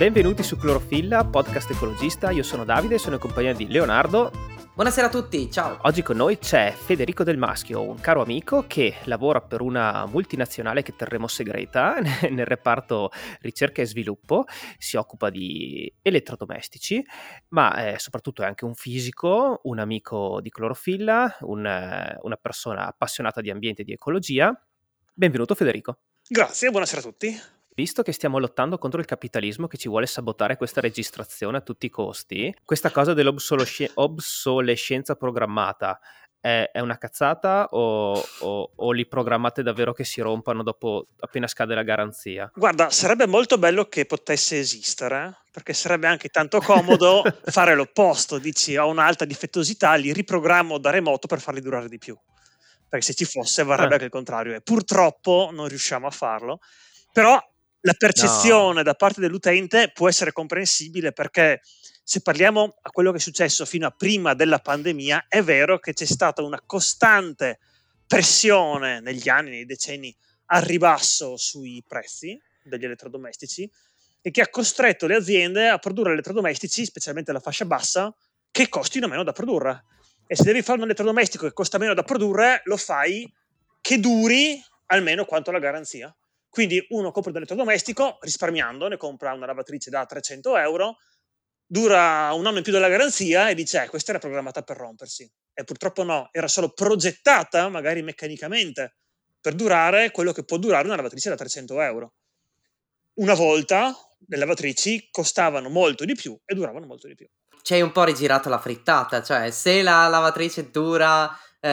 Benvenuti su Clorofilla, podcast ecologista. Io sono Davide, sono in compagnia di Leonardo. Buonasera a tutti, ciao. Oggi con noi c'è Federico Del Maschio, un caro amico che lavora per una multinazionale che terremo segreta nel reparto ricerca e sviluppo. Si occupa di elettrodomestici, ma soprattutto è anche un fisico, un amico di Clorofilla, una persona appassionata di ambiente e di ecologia. Benvenuto Federico. Grazie, buonasera a tutti. Visto che stiamo lottando contro il capitalismo che ci vuole sabotare questa registrazione a tutti i costi, questa cosa dell'obsolescenza programmata è una cazzata o li programmate davvero che si rompano dopo appena scade la garanzia? Guarda, sarebbe molto bello che potesse esistere, perché sarebbe anche tanto comodo fare l'opposto. Dici, ho un'alta difettosità, li riprogrammo da remoto per farli durare di più. Perché se ci fosse varrebbe anche il contrario. E purtroppo non riusciamo a farlo. Però la percezione da parte dell'utente può essere comprensibile, perché se parliamo a quello che è successo fino a prima della pandemia, è vero che c'è stata una costante pressione negli anni, nei decenni, al ribasso sui prezzi degli elettrodomestici e che ha costretto le aziende a produrre elettrodomestici, specialmente la fascia bassa, che costino meno da produrre. E se devi fare un elettrodomestico che costa meno da produrre, lo fai che duri almeno quanto la garanzia. Quindi uno compra un elettrodomestico risparmiando, ne compra una lavatrice da 300 euro, dura un anno in più della garanzia e dice questa era programmata per rompersi. E purtroppo no, era solo progettata magari meccanicamente per durare quello che può durare una lavatrice da 300 euro. Una volta le lavatrici costavano molto di più e duravano molto di più. Ci hai un po' rigirato la frittata, cioè se la lavatrice dura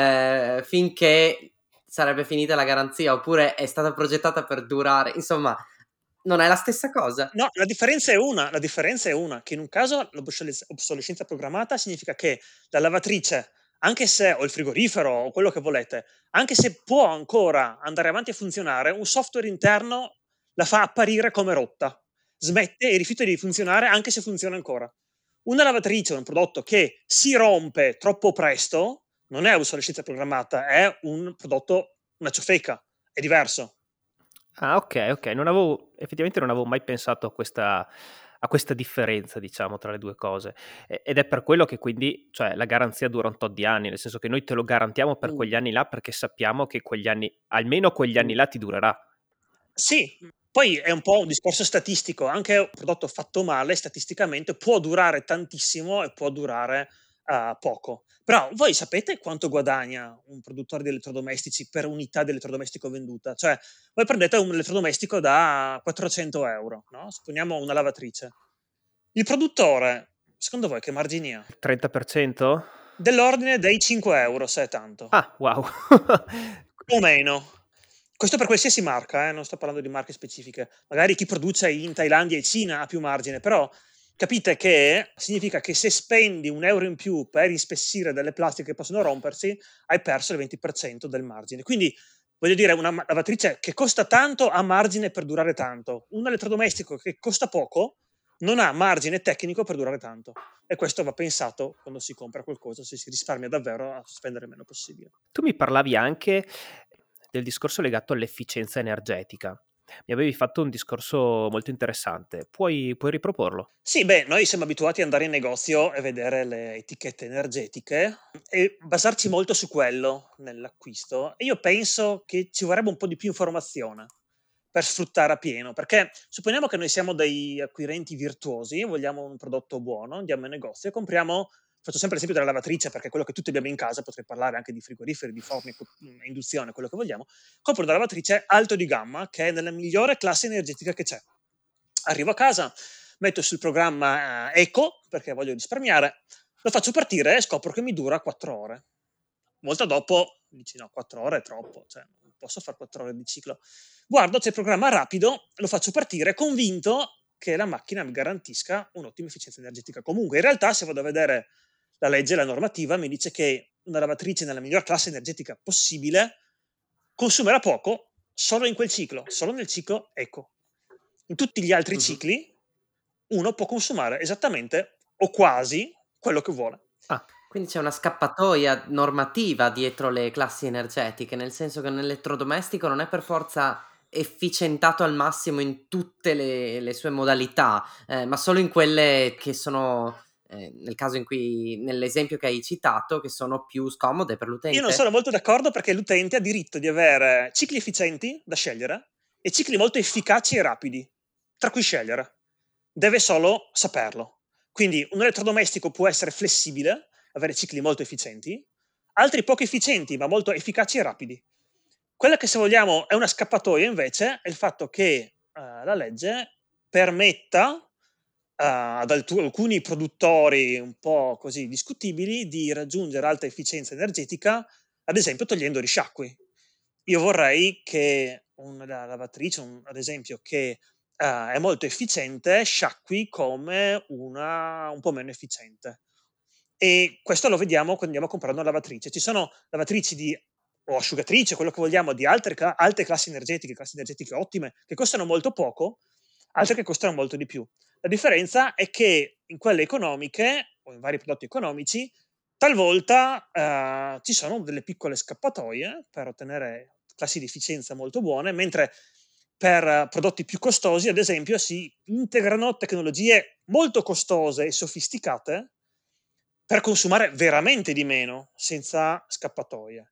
finché sarebbe finita la garanzia, oppure è stata progettata per durare, insomma, non è la stessa cosa. No, la differenza è una, che in un caso l'obsolescenza programmata significa che la lavatrice, anche se, o il frigorifero, o quello che volete, anche se può ancora andare avanti a funzionare, un software interno la fa apparire come rotta, smette e rifiuta di funzionare anche se funziona ancora. Una lavatrice è un prodotto che si rompe troppo presto, non è obsolescenza programmata, è un prodotto, una ciofeca, è diverso. Ah, ok. Effettivamente non avevo mai pensato a questa differenza, diciamo, tra le due cose. Ed è per quello che quindi, cioè, la garanzia dura un tot di anni, nel senso che noi te lo garantiamo per quegli anni là perché sappiamo che quegli anni, almeno quegli anni là, ti durerà. Sì, poi è un po' un discorso statistico, anche un prodotto fatto male statisticamente può durare tantissimo e può durare poco. Però voi sapete quanto guadagna un produttore di elettrodomestici per unità di elettrodomestico venduta? Cioè, voi prendete un elettrodomestico da 400 euro, no? Supponiamo una lavatrice. Il produttore, secondo voi che margini ha? 30%? Dell'ordine dei 5 euro, se è tanto. Ah, wow. O meno. Questo per qualsiasi marca, non sto parlando di marche specifiche. Magari chi produce in Thailandia e Cina ha più margine, però capite che significa che se spendi un euro in più per ispessire delle plastiche che possono rompersi, hai perso il 20% del margine. Quindi, voglio dire, una lavatrice che costa tanto ha margine per durare tanto. Un elettrodomestico che costa poco non ha margine tecnico per durare tanto. E questo va pensato quando si compra qualcosa, se si risparmia davvero a spendere il meno possibile. Tu mi parlavi anche del discorso legato all'efficienza energetica. Mi avevi fatto un discorso molto interessante. Puoi riproporlo? Sì, noi siamo abituati ad andare in negozio e vedere le etichette energetiche e basarci molto su quello nell'acquisto. E io penso che ci vorrebbe un po' di più informazione per sfruttare a pieno, perché supponiamo che noi siamo dei acquirenti virtuosi, vogliamo un prodotto buono, andiamo in negozio e compriamo, faccio sempre l'esempio della lavatrice perché è quello che tutti abbiamo in casa, potrei parlare anche di frigoriferi, di forni, induzione, quello che vogliamo. Compro una lavatrice alto di gamma che è nella migliore classe energetica che c'è. Arrivo a casa, metto sul programma Eco perché voglio risparmiare, lo faccio partire e scopro che mi dura 4 ore. Molto dopo dici no, 4 ore è troppo, cioè non posso fare 4 ore di ciclo. Guardo, c'è il programma rapido, lo faccio partire convinto che la macchina mi garantisca un'ottima efficienza energetica. Comunque in realtà se vado a vedere la legge, la normativa, mi dice che una lavatrice nella miglior classe energetica possibile consumerà poco solo in quel ciclo, solo nel ciclo Eco. In tutti gli altri cicli uno può consumare esattamente o quasi quello che vuole. Quindi c'è una scappatoia normativa dietro le classi energetiche, nel senso che un elettrodomestico non è per forza efficientato al massimo in tutte le sue modalità, ma solo in quelle che sono, nel caso in cui, nell'esempio che hai citato, che sono più scomode per Io non l'utente? sono molto d'accordo perché l'utente ha diritto di avere cicli efficienti da scegliere e cicli molto efficaci e rapidi, tra cui scegliere. Deve solo saperlo. Quindi un elettrodomestico può essere flessibile, avere cicli molto efficienti, altri poco efficienti ma molto efficaci e rapidi. Quella che, se vogliamo, è una scappatoia invece è il fatto che la legge permetta ad alcuni produttori un po' così discutibili di raggiungere alta efficienza energetica, ad esempio togliendo risciacqui. Io vorrei che una lavatrice, ad esempio, che è molto efficiente, sciacqui come una un po' meno efficiente. E questo lo vediamo quando andiamo a comprare una lavatrice. Ci sono lavatrici o asciugatrice, quello che vogliamo, di alte classi energetiche ottime, che costano molto poco, altre che costano molto di più. La differenza è che in quelle economiche, o in vari prodotti economici, talvolta ci sono delle piccole scappatoie per ottenere classi di efficienza molto buone, mentre per prodotti più costosi, ad esempio, si integrano tecnologie molto costose e sofisticate per consumare veramente di meno, senza scappatoie.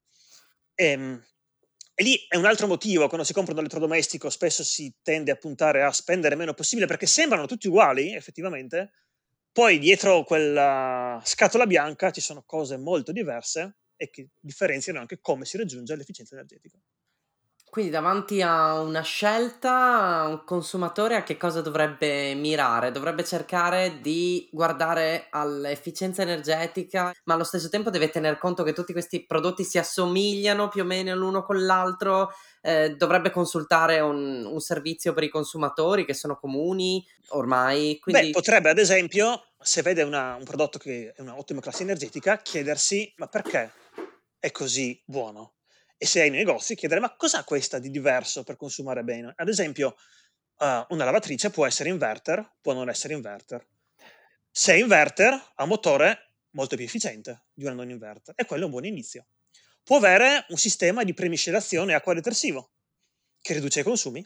Ehm, e lì è un altro motivo: quando si compra un elettrodomestico spesso si tende a puntare a spendere meno possibile, perché sembrano tutti uguali effettivamente, poi dietro quella scatola bianca ci sono cose molto diverse e che differenziano anche come si raggiunge l'efficienza energetica. Quindi davanti a una scelta, un consumatore a che cosa dovrebbe mirare? Dovrebbe cercare di guardare all'efficienza energetica, ma allo stesso tempo deve tener conto che tutti questi prodotti si assomigliano più o meno l'uno con l'altro, dovrebbe consultare un servizio per i consumatori che sono comuni ormai, Beh, quindi potrebbe ad esempio, se vede un prodotto che è un'ottima classe energetica, chiedersi: "Ma perché è così buono?" E se è ai negozi chiedere: "Ma cos'ha questa di diverso per consumare bene?" Ad esempio, una lavatrice può essere inverter, può non essere inverter. Se è inverter, ha motore molto più efficiente di una non inverter e quello è un buon inizio. Può avere un sistema di premiscelazione acqua detersivo che riduce i consumi,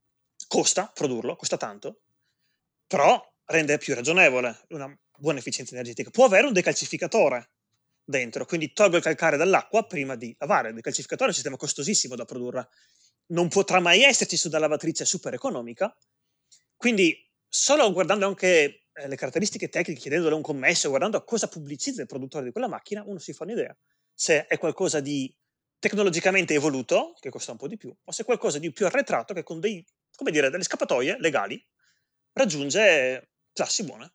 costa produrlo, costa tanto, però rende più ragionevole, una buona efficienza energetica. Può avere un decalcificatore dentro, quindi tolgo il calcare dall'acqua prima di lavare. Il decalcificatore è un sistema costosissimo da produrre, non potrà mai esserci su una lavatrice super economica, quindi solo guardando anche le caratteristiche tecniche, chiedendole un commesso, guardando a cosa pubblicizza il produttore di quella macchina, uno si fa un'idea se è qualcosa di tecnologicamente evoluto, che costa un po' di più, o se è qualcosa di più arretrato che con come dire, delle scappatoie legali raggiunge classi buone.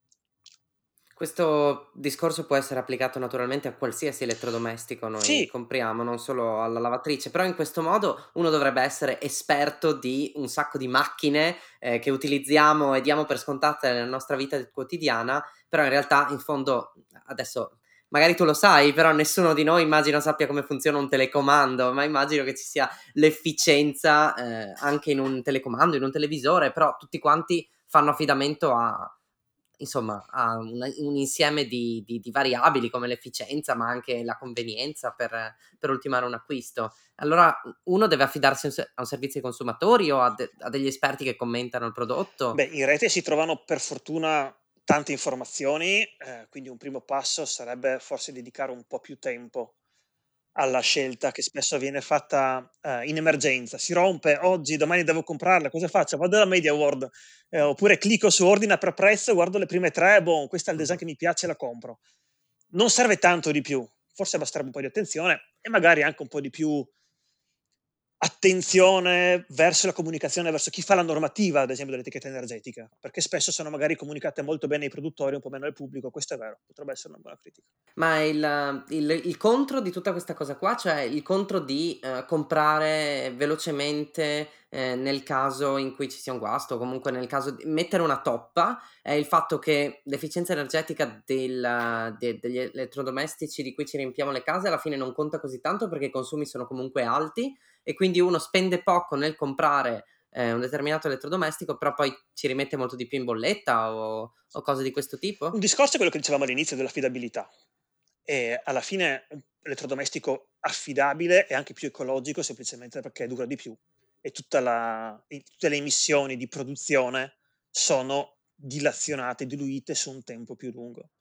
questo discorso può essere applicato naturalmente a qualsiasi elettrodomestico noi Sì, compriamo, non solo alla lavatrice, però in questo modo uno dovrebbe essere esperto di un sacco di macchine che utilizziamo e diamo per scontate nella nostra vita quotidiana, però in realtà in fondo adesso magari tu lo sai, però nessuno di noi immagino sappia come funziona un telecomando, ma immagino che ci sia l'efficienza anche in un telecomando, in un televisore, però tutti quanti fanno affidamento a insomma, ha un insieme di variabili come l'efficienza, ma anche la convenienza per ultimare un acquisto. Allora, uno deve affidarsi a un servizio ai consumatori o a degli esperti che commentano il prodotto? beh, in rete si trovano per fortuna tante informazioni, quindi un primo passo sarebbe forse dedicare un po' più tempo alla scelta che spesso viene fatta, in emergenza. Si rompe oggi, domani devo comprarla, cosa faccio? Vado alla MediaWorld, oppure clicco su ordina per prezzo, guardo le prime 3, boh, questa è il design Mh-mh. che mi piace, la compro. Non serve tanto di più, forse basterebbe un po' di attenzione e magari anche un po' di più attenzione verso la comunicazione, verso chi fa la normativa, ad esempio, dell'etichetta energetica, perché spesso sono magari comunicate molto bene ai produttori, un po' meno al pubblico, questo è vero, potrebbe essere una buona critica. Ma il contro di tutta questa cosa qua, cioè il contro di, comprare velocemente, nel caso in cui ci sia un guasto o comunque nel caso di mettere una toppa, è il fatto che l'efficienza energetica degli elettrodomestici di cui ci riempiamo le case alla fine non conta così tanto perché i consumi sono comunque alti e quindi uno spende poco nel comprare, un determinato elettrodomestico, però poi ci rimette molto di più in bolletta o cose di questo Un tipo? discorso è quello che dicevamo all'inizio dell'affidabilità. E alla fine un elettrodomestico affidabile è anche più ecologico semplicemente perché dura di più e tutte le emissioni di produzione sono dilazionate, diluite su un tempo più lungo.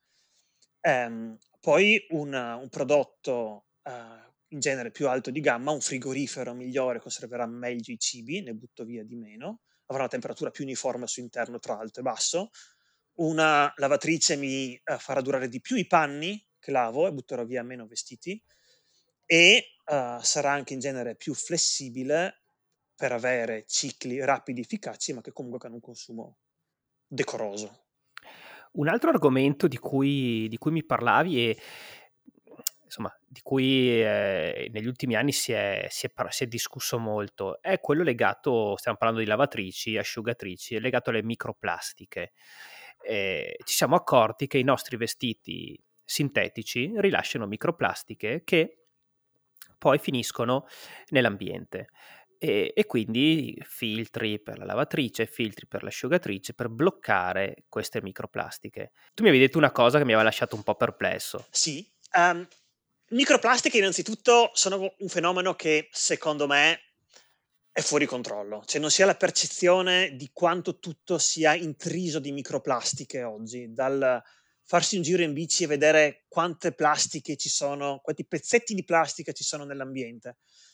Poi un prodotto in genere più alto di gamma, un frigorifero migliore conserverà meglio i cibi, ne butto via di meno, avrà una temperatura più uniforme su interno tra alto e basso. Una lavatrice mi farà durare di più i panni che lavo e butterò via meno vestiti, e sarà anche in genere più flessibile per avere cicli rapidi, efficaci, ma che comunque hanno un consumo decoroso. Un altro argomento di cui mi parlavi e insomma di cui negli ultimi anni si è discusso molto è quello legato, stiamo parlando di lavatrici, asciugatrici, è legato alle microplastiche. Ci siamo accorti che i nostri vestiti sintetici rilasciano microplastiche che poi finiscono nell'ambiente. E quindi filtri per la lavatrice, filtri per l'asciugatrice per bloccare queste microplastiche. Tu mi avevi detto una cosa che mi aveva lasciato un po' perplesso. Sì, microplastiche innanzitutto sono un fenomeno che secondo me è fuori controllo, cioè non si ha la percezione di quanto tutto sia intriso di microplastiche oggi, dal farsi un giro in bici e vedere quante plastiche ci sono, quanti pezzetti di plastica ci sono nell'ambiente.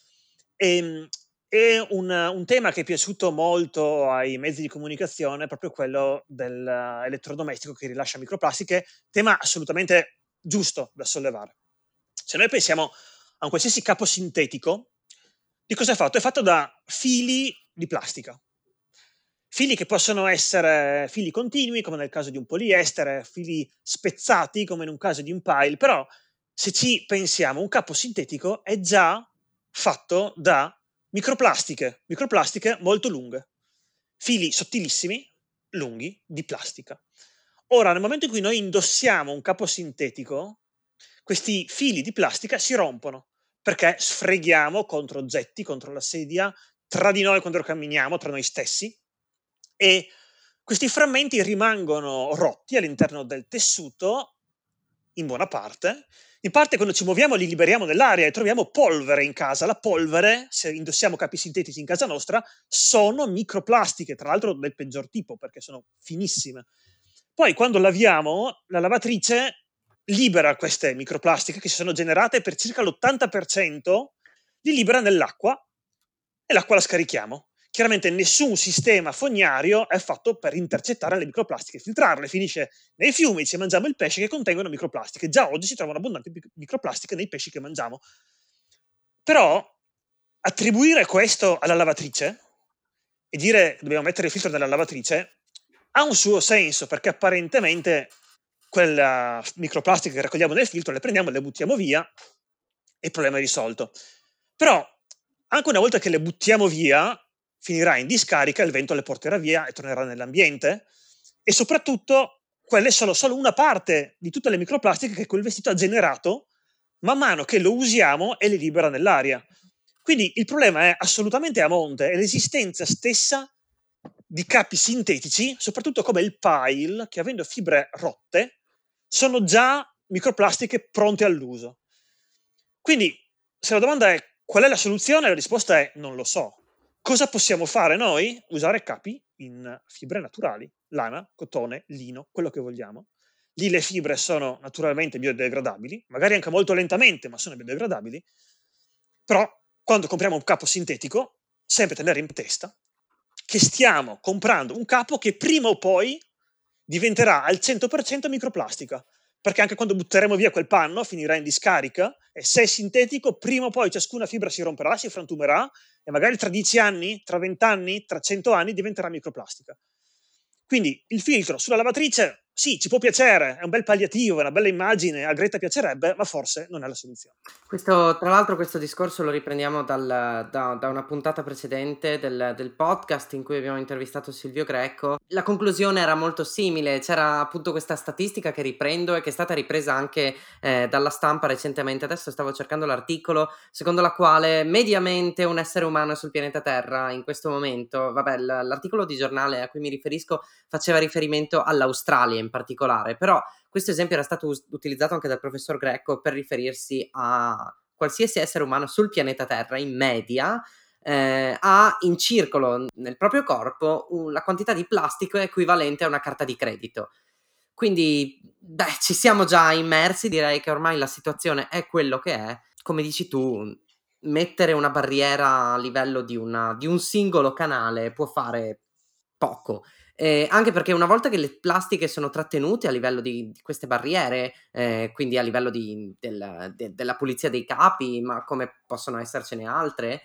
È un tema che è piaciuto molto ai mezzi di comunicazione, proprio quello dell'elettrodomestico che rilascia microplastiche, tema assolutamente giusto da sollevare. Se noi pensiamo a un qualsiasi capo sintetico, di cosa è fatto? È fatto da fili di plastica. Fili che possono essere fili continui, come nel caso di un poliestere, fili spezzati, come in un caso di un pile, però se ci pensiamo, un capo sintetico è già fatto da microplastiche molto lunghe, fili sottilissimi, lunghi, di plastica. Ora, nel momento in cui noi indossiamo un capo sintetico, questi fili di plastica si rompono, perché sfreghiamo contro oggetti, contro la sedia, tra di noi quando camminiamo, tra noi stessi, e questi frammenti rimangono rotti all'interno del tessuto, in buona parte. In parte quando ci muoviamo li liberiamo nell'aria e troviamo polvere in casa. La polvere, se indossiamo capi sintetici in casa nostra, sono microplastiche, tra l'altro del peggior tipo, perché sono finissime. Poi quando laviamo, la lavatrice libera queste microplastiche che si sono generate per circa l'80%, li libera nell'acqua e l'acqua la scarichiamo. Chiaramente nessun sistema fognario è fatto per intercettare le microplastiche e filtrarle, finisce nei fiumi, ci mangiamo il pesce che contengono microplastiche. Già oggi si trovano abbondanti microplastiche nei pesci che mangiamo. Però attribuire questo alla lavatrice e dire che dobbiamo mettere il filtro nella lavatrice ha un suo senso, perché apparentemente quella microplastica che raccogliamo nel filtro le prendiamo, le buttiamo via e il problema è risolto. Però anche una volta che le buttiamo via, finirà in discarica, il vento le porterà via e tornerà nell'ambiente, e soprattutto quelle sono solo una parte di tutte le microplastiche che quel vestito ha generato man mano che lo usiamo e le libera nell'aria. Quindi il problema è assolutamente a monte, è l'esistenza stessa di capi sintetici, soprattutto come il pile, che avendo fibre rotte, sono già microplastiche pronte all'uso. Quindi, se la domanda è qual è la soluzione, la risposta è non lo so. Cosa possiamo fare noi? Usare capi in fibre naturali, lana, cotone, lino, quello che vogliamo. Lì le fibre sono naturalmente biodegradabili, magari anche molto lentamente, ma sono biodegradabili. Però quando compriamo un capo sintetico, sempre tenere in testa che stiamo comprando un capo che prima o poi diventerà al 100% microplastica, perché anche quando butteremo via quel panno finirà in discarica, e se è sintetico prima o poi ciascuna fibra si romperà, si frantumerà e magari tra 10 anni, tra 20 anni, tra 100 anni diventerà microplastica. Quindi il filtro sulla lavatrice, sì, ci può piacere, è un bel palliativo, è una bella immagine, a Greta piacerebbe, ma forse non è la soluzione. Tra l'altro questo discorso lo riprendiamo da una puntata precedente del podcast in cui abbiamo intervistato Silvio Greco. La conclusione era molto simile, c'era appunto questa statistica che riprendo e che è stata ripresa anche dalla stampa recentemente. Adesso stavo cercando l'articolo secondo la quale mediamente un essere umano sul pianeta Terra in questo momento, vabbè, l'articolo di giornale a cui mi riferisco faceva riferimento all'Australia in particolare, però questo esempio era stato utilizzato anche dal professor Greco per riferirsi a qualsiasi essere umano sul pianeta Terra, in media, ha in circolo nel proprio corpo la quantità di plastico equivalente a una carta di credito. Quindi, beh, ci siamo già immersi, direi che ormai la situazione è quello che è. Come dici tu, mettere una barriera a livello di un singolo canale può fare poco. Anche perché una volta che le plastiche sono trattenute a livello di queste barriere, quindi a livello della pulizia dei capi, ma come possono essercene altre,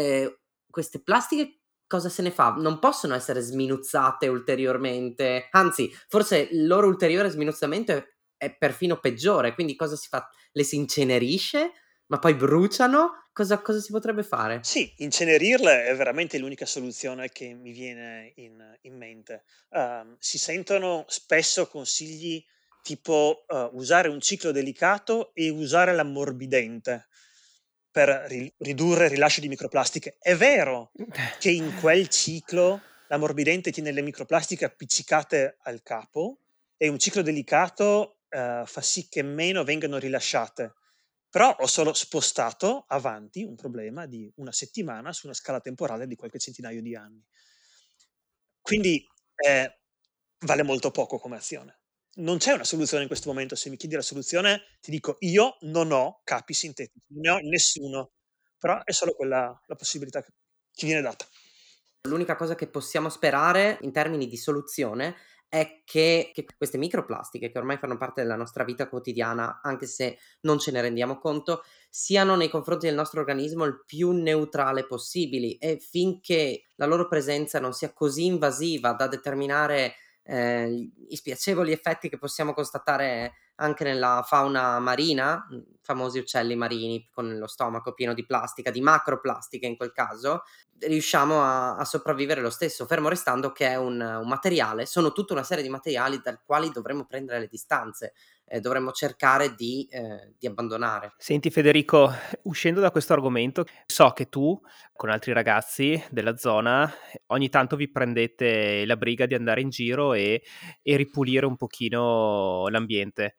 queste plastiche cosa se ne fa? Non possono essere sminuzzate ulteriormente, anzi, forse il loro ulteriore sminuzzamento è perfino peggiore. Quindi cosa si fa? Le si incenerisce? Ma poi bruciano? Cosa si potrebbe fare? Sì, incenerirle è veramente l'unica soluzione che mi viene in mente. Si sentono spesso consigli tipo, usare un ciclo delicato e usare l'ammorbidente per ridurre il rilascio di microplastiche. È vero che in quel ciclo l'ammorbidente tiene le microplastiche appiccicate al capo e un ciclo delicato, fa sì che meno vengano rilasciate. Però ho solo spostato avanti un problema di 1 settimana su una scala temporale di qualche centinaio di anni. Quindi, ehm, vale molto poco come azione. Non c'è una soluzione in questo momento. Se mi chiedi la soluzione, ti dico: io non ho capi sintetici, non ne ho nessuno, però è solo quella la possibilità che ci viene data. L'unica cosa che possiamo sperare in termini di soluzione è che queste microplastiche, che ormai fanno parte della nostra vita quotidiana, anche se non ce ne rendiamo conto, siano nei confronti del nostro organismo il più neutrale possibili, e finché la loro presenza non sia così invasiva da determinare i spiacevoli effetti che possiamo constatare anche nella fauna marina, famosi uccelli marini con lo stomaco pieno di plastica, di macroplastiche in quel caso, riusciamo a sopravvivere lo stesso, fermo restando che è un materiale, sono tutta una serie di materiali dal quali dovremmo prendere le distanze, dovremmo cercare di abbandonare. Senti Federico, uscendo da questo argomento, so che tu con altri ragazzi della zona ogni tanto vi prendete la briga di andare in giro e ripulire un pochino l'ambiente.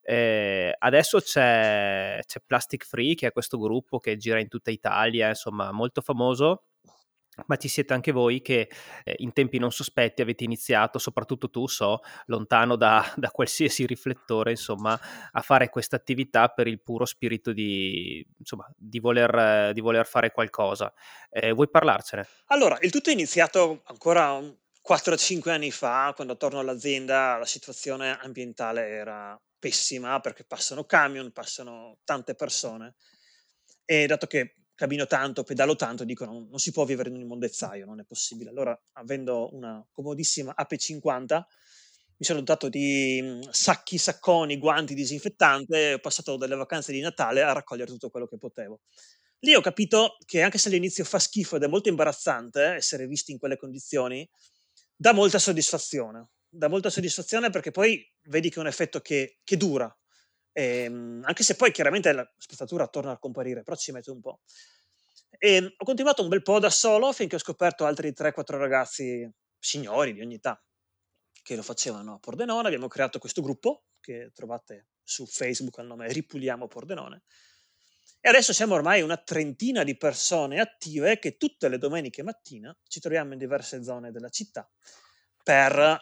Adesso c'è Plastic Free, che è questo gruppo che gira in tutta Italia, insomma molto famoso, ma ci siete anche voi che in tempi non sospetti avete iniziato, soprattutto tu, so, lontano da qualsiasi riflettore, insomma, a fare questa attività per il puro spirito insomma, di voler fare qualcosa. Vuoi parlarcene? Allora, il tutto è iniziato ancora un 4, 5 anni fa, quando torno all'azienda la situazione ambientale era pessima, perché passano camion, passano tante persone e dato che cammino tanto, pedalo tanto, dico: Non si può vivere in un immondezzaio, non è possibile". Allora, avendo una comodissima AP50, mi sono dotato di, sacchi, sacconi, guanti, disinfettante e ho passato delle vacanze di Natale a raccogliere tutto quello che potevo. Lì ho capito che anche se all'inizio fa schifo ed è molto imbarazzante essere visti in quelle condizioni, dà molta soddisfazione. Dà molta soddisfazione perché poi vedi che è un effetto che dura. Anche se poi chiaramente la spazzatura torna a comparire, però ci mette un po'. Ho continuato un bel po' da solo finché ho scoperto altri 3, 4 ragazzi signori di ogni età che lo facevano a Pordenone. Abbiamo creato questo gruppo che trovate su Facebook al nome Ripuliamo Pordenone. E adesso siamo ormai una trentina di persone attive che tutte le domeniche mattina ci troviamo in diverse zone della città per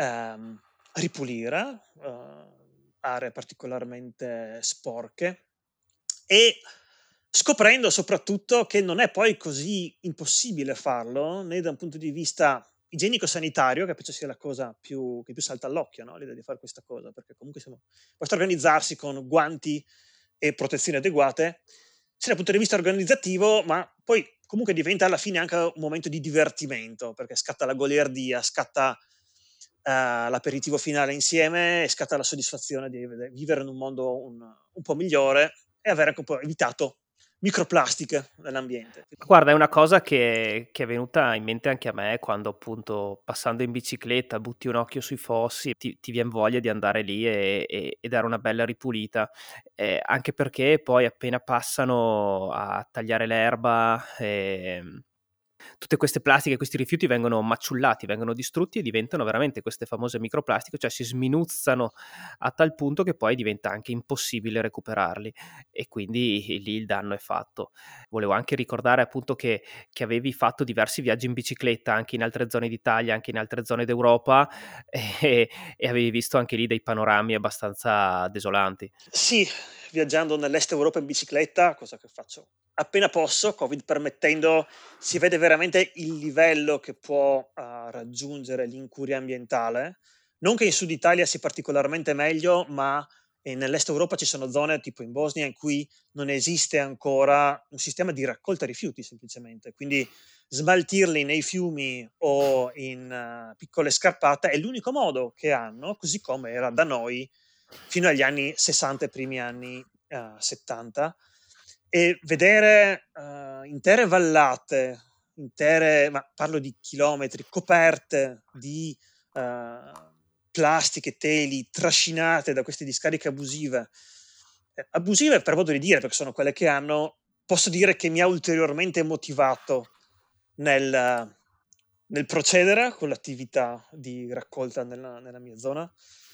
ripulire aree particolarmente sporche e scoprendo soprattutto che non è poi così impossibile farlo, né da un punto di vista igienico-sanitario, che penso sia la cosa che più salta all'occhio, no, l'idea di fare questa cosa, perché comunque basta organizzarsi con guanti e protezioni adeguate, sia dal punto di vista organizzativo, ma poi comunque diventa alla fine anche un momento di divertimento, perché scatta la goliardia, scatta, l'aperitivo finale insieme e scatta la soddisfazione di vivere in un mondo un po' migliore e avere anche un po' evitato microplastiche nell'ambiente. Guarda, è una cosa che è venuta in mente anche a me quando appunto passando in bicicletta butti un occhio sui fossi, ti vien voglia di andare lì e dare una bella ripulita. Anche perché poi appena passano a tagliare l'erba, tutte queste plastiche, questi rifiuti vengono maciullati, vengono distrutti e diventano veramente queste famose microplastiche, cioè si sminuzzano a tal punto che poi diventa anche impossibile recuperarli e quindi lì il danno è fatto. Volevo anche ricordare appunto che avevi fatto diversi viaggi in bicicletta anche in altre zone d'Italia, anche in altre zone d'Europa e avevi visto anche lì dei panorami abbastanza desolanti. Sì, viaggiando nell'est Europa in bicicletta, cosa che faccio appena posso, Covid permettendo, si vede veramente il livello che può raggiungere l'incuria ambientale. Non che in Sud Italia sia particolarmente meglio, ma nell'est Europa ci sono zone tipo in Bosnia in cui non esiste ancora un sistema di raccolta rifiuti semplicemente. Quindi smaltirli nei fiumi o in piccole scarpate è l'unico modo che hanno, così come era da noi fino agli anni 60 e primi anni 70, e vedere intere vallate, ma parlo di chilometri, coperte di plastiche, teli, trascinate da queste discariche abusive. Abusive per modo di dire, perché sono quelle che hanno, posso dire che mi ha ulteriormente motivato nel, nel procedere con l'attività di raccolta nella mia zona.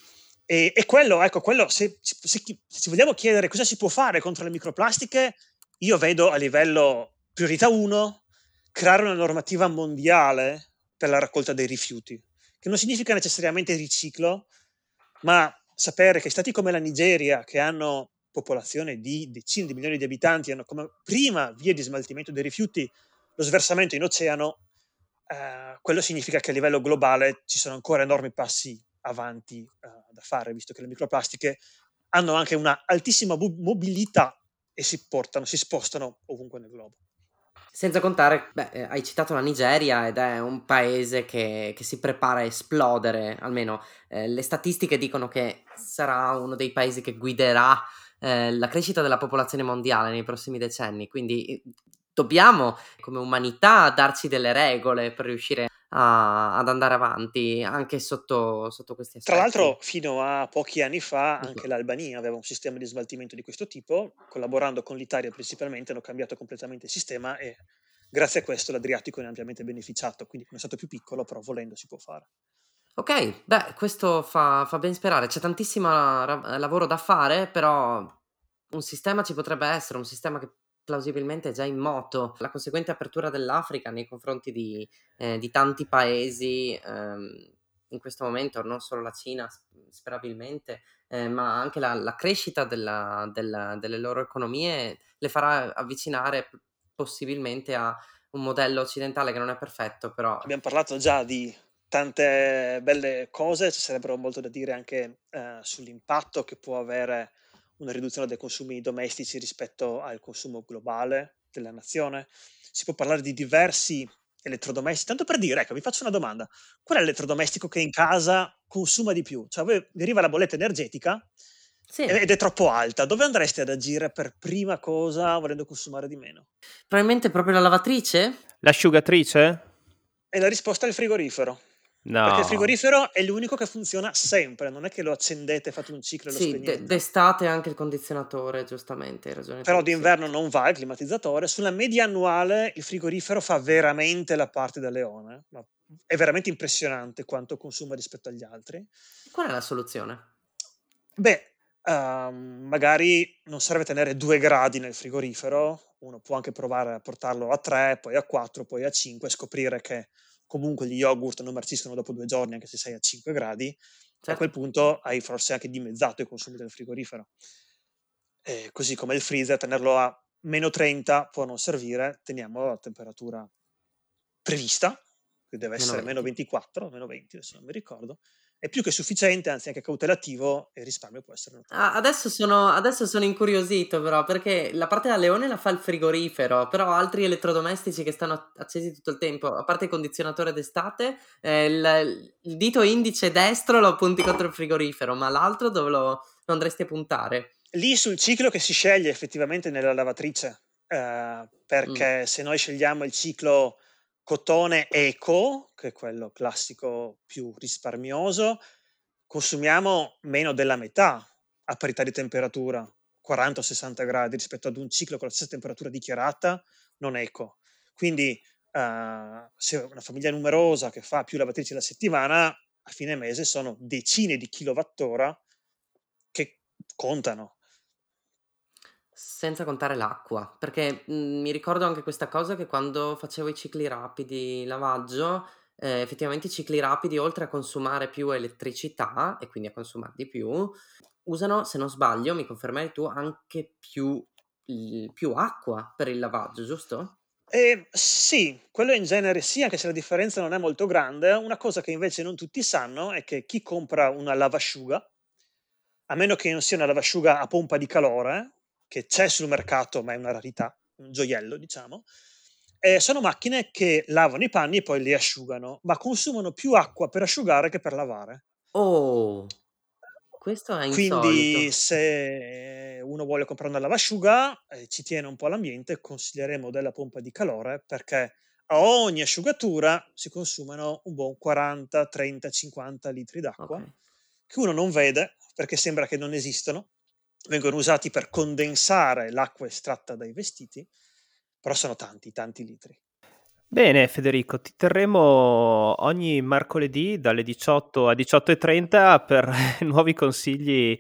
E quello, ecco, quello, se ci vogliamo chiedere cosa si può fare contro le microplastiche, io vedo a livello priorità 1 creare una normativa mondiale per la raccolta dei rifiuti, che non significa necessariamente riciclo, ma sapere che stati come la Nigeria, che hanno popolazione di decine di milioni di abitanti, hanno come prima via di smaltimento dei rifiuti lo sversamento in oceano, quello significa che a livello globale ci sono ancora enormi passi avanti da fare, visto che le microplastiche hanno anche una altissima mobilità e si spostano ovunque nel globo. Senza contare, hai citato la Nigeria ed è un paese che si prepara a esplodere, almeno le statistiche dicono che sarà uno dei paesi che guiderà la crescita della popolazione mondiale nei prossimi decenni, quindi dobbiamo come umanità darci delle regole per riuscire ad andare avanti anche sotto questi Tra aspetti. l'altro, fino a pochi anni fa anche l'Albania aveva un sistema di smaltimento di questo tipo, collaborando con l'Italia principalmente hanno cambiato completamente il sistema e grazie a questo l'Adriatico ne ha ampiamente beneficiato, quindi come è stato più piccolo, però volendo si può fare. Ok, beh, questo fa ben sperare. C'è tantissimo lavoro da fare, però un sistema ci potrebbe essere, un sistema che plausibilmente è già in moto. La conseguente apertura dell'Africa nei confronti di tanti paesi, in questo momento, non solo la Cina, sperabilmente, ma anche la crescita delle loro economie le farà avvicinare possibilmente a un modello occidentale che non è perfetto, però Abbiamo parlato già di tante belle cose, ci sarebbero molto da dire anche sull'impatto che può avere una riduzione dei consumi domestici rispetto al consumo globale della nazione. Si può parlare di diversi elettrodomestici. Tanto per dire, ecco, vi faccio una domanda. Qual è l'elettrodomestico che in casa consuma di più? Cioè, vi arriva la bolletta energetica sì. ed è troppo alta. Dove andreste ad agire per prima cosa volendo consumare di meno? Probabilmente proprio la lavatrice? L'asciugatrice? E la risposta è il frigorifero. Perché il No. frigorifero è l'unico che funziona sempre, non è che lo accendete, fate un ciclo e lo Sì, spegnete. d'estate anche il condizionatore, giustamente, hai ragione Però tu, sì. d'inverno non va il climatizzatore. Sulla media annuale il frigorifero fa veramente la parte da leone, ma è veramente impressionante quanto consuma rispetto agli altri. Qual è la soluzione? Beh, magari non serve tenere 2 gradi nel frigorifero, uno può anche provare a portarlo a 3, poi a 4, poi a 5 e scoprire che comunque gli yogurt non marciscono dopo 2 giorni anche se sei a 5 gradi, e a quel Certo. punto hai forse anche dimezzato i consumi del frigorifero. Così come il freezer, tenerlo a -30 può non servire, teniamolo alla temperatura prevista, che deve Meno essere 20. -24, -20, adesso non mi ricordo, è più che sufficiente, anzi anche cautelativo, e il risparmio può essere Ah, notevole. adesso sono incuriosito però, perché la parte da leone la fa il frigorifero, però altri elettrodomestici che stanno accesi tutto il tempo, a parte il condizionatore d'estate, il dito indice destro lo punti contro il frigorifero, ma l'altro dove lo andresti a puntare? Lì sul ciclo che si sceglie effettivamente nella lavatrice, Mh. perché se noi scegliamo il ciclo cotone eco, che è quello classico più risparmioso, consumiamo meno della metà a parità di temperatura, 40 o 60 gradi, rispetto ad un ciclo con la stessa temperatura dichiarata non eco. Quindi se una famiglia numerosa che fa più lavatrici alla settimana, a fine mese sono decine di kilowattora che contano. Senza contare l'acqua, perché mi ricordo anche questa cosa che quando facevo i cicli rapidi lavaggio, effettivamente i cicli rapidi oltre a consumare più elettricità e quindi a consumare di più, usano, se non sbaglio, mi confermerai tu, anche più acqua per il lavaggio, giusto? Sì, quello in genere sì, anche se la differenza non è molto grande. Una cosa che invece non tutti sanno è che chi compra una lavasciuga, a meno che non sia una lavasciuga a pompa di calore, che c'è sul mercato ma è una rarità, un gioiello diciamo, sono macchine che lavano i panni e poi li asciugano, ma consumano più acqua per asciugare che per lavare. Oh, questo è Quindi insolito. se uno vuole comprare una lavasciuga e ci tiene un po' all'ambiente, consiglieremo della pompa di calore perché a ogni asciugatura si consumano un buon 40, 30, 50 litri Ok. d'acqua che uno non vede perché sembra che non esistano. Vengono usati per condensare l'acqua estratta dai vestiti, però sono tanti, tanti litri. Bene Federico, ti terremo ogni mercoledì dalle 18 a 18:30 per nuovi consigli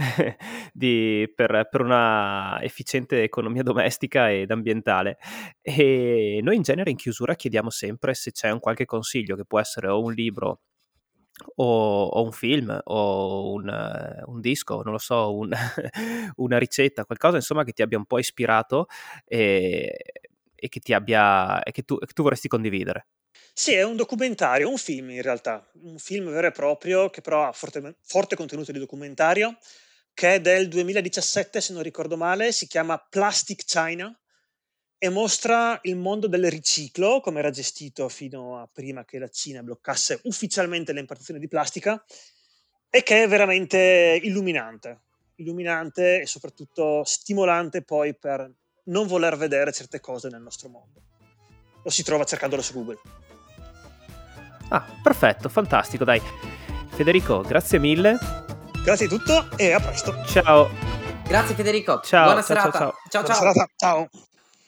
per una efficiente economia domestica ed ambientale. E noi in genere in chiusura chiediamo sempre se c'è un qualche consiglio, che può essere o un libro o un film o un disco, non lo so, una ricetta, qualcosa insomma che ti abbia un po' ispirato e che tu vorresti condividere. Sì, è un documentario, un film in realtà, un film vero e proprio che però ha forte contenuto di documentario, che è del 2017 se non ricordo male, si chiama Plastic China e mostra il mondo del riciclo, come era gestito fino a prima che la Cina bloccasse ufficialmente le importazioni di plastica, e che è veramente illuminante e soprattutto stimolante poi per non voler vedere certe cose nel nostro mondo. Lo si trova cercandolo su Google. Ah, perfetto, fantastico, dai. Federico, grazie mille. Grazie di tutto e a presto. Ciao. Grazie Federico, Ciao, buona ciao, ciao, serata. ciao. Ciao Buona ciao. serata, ciao.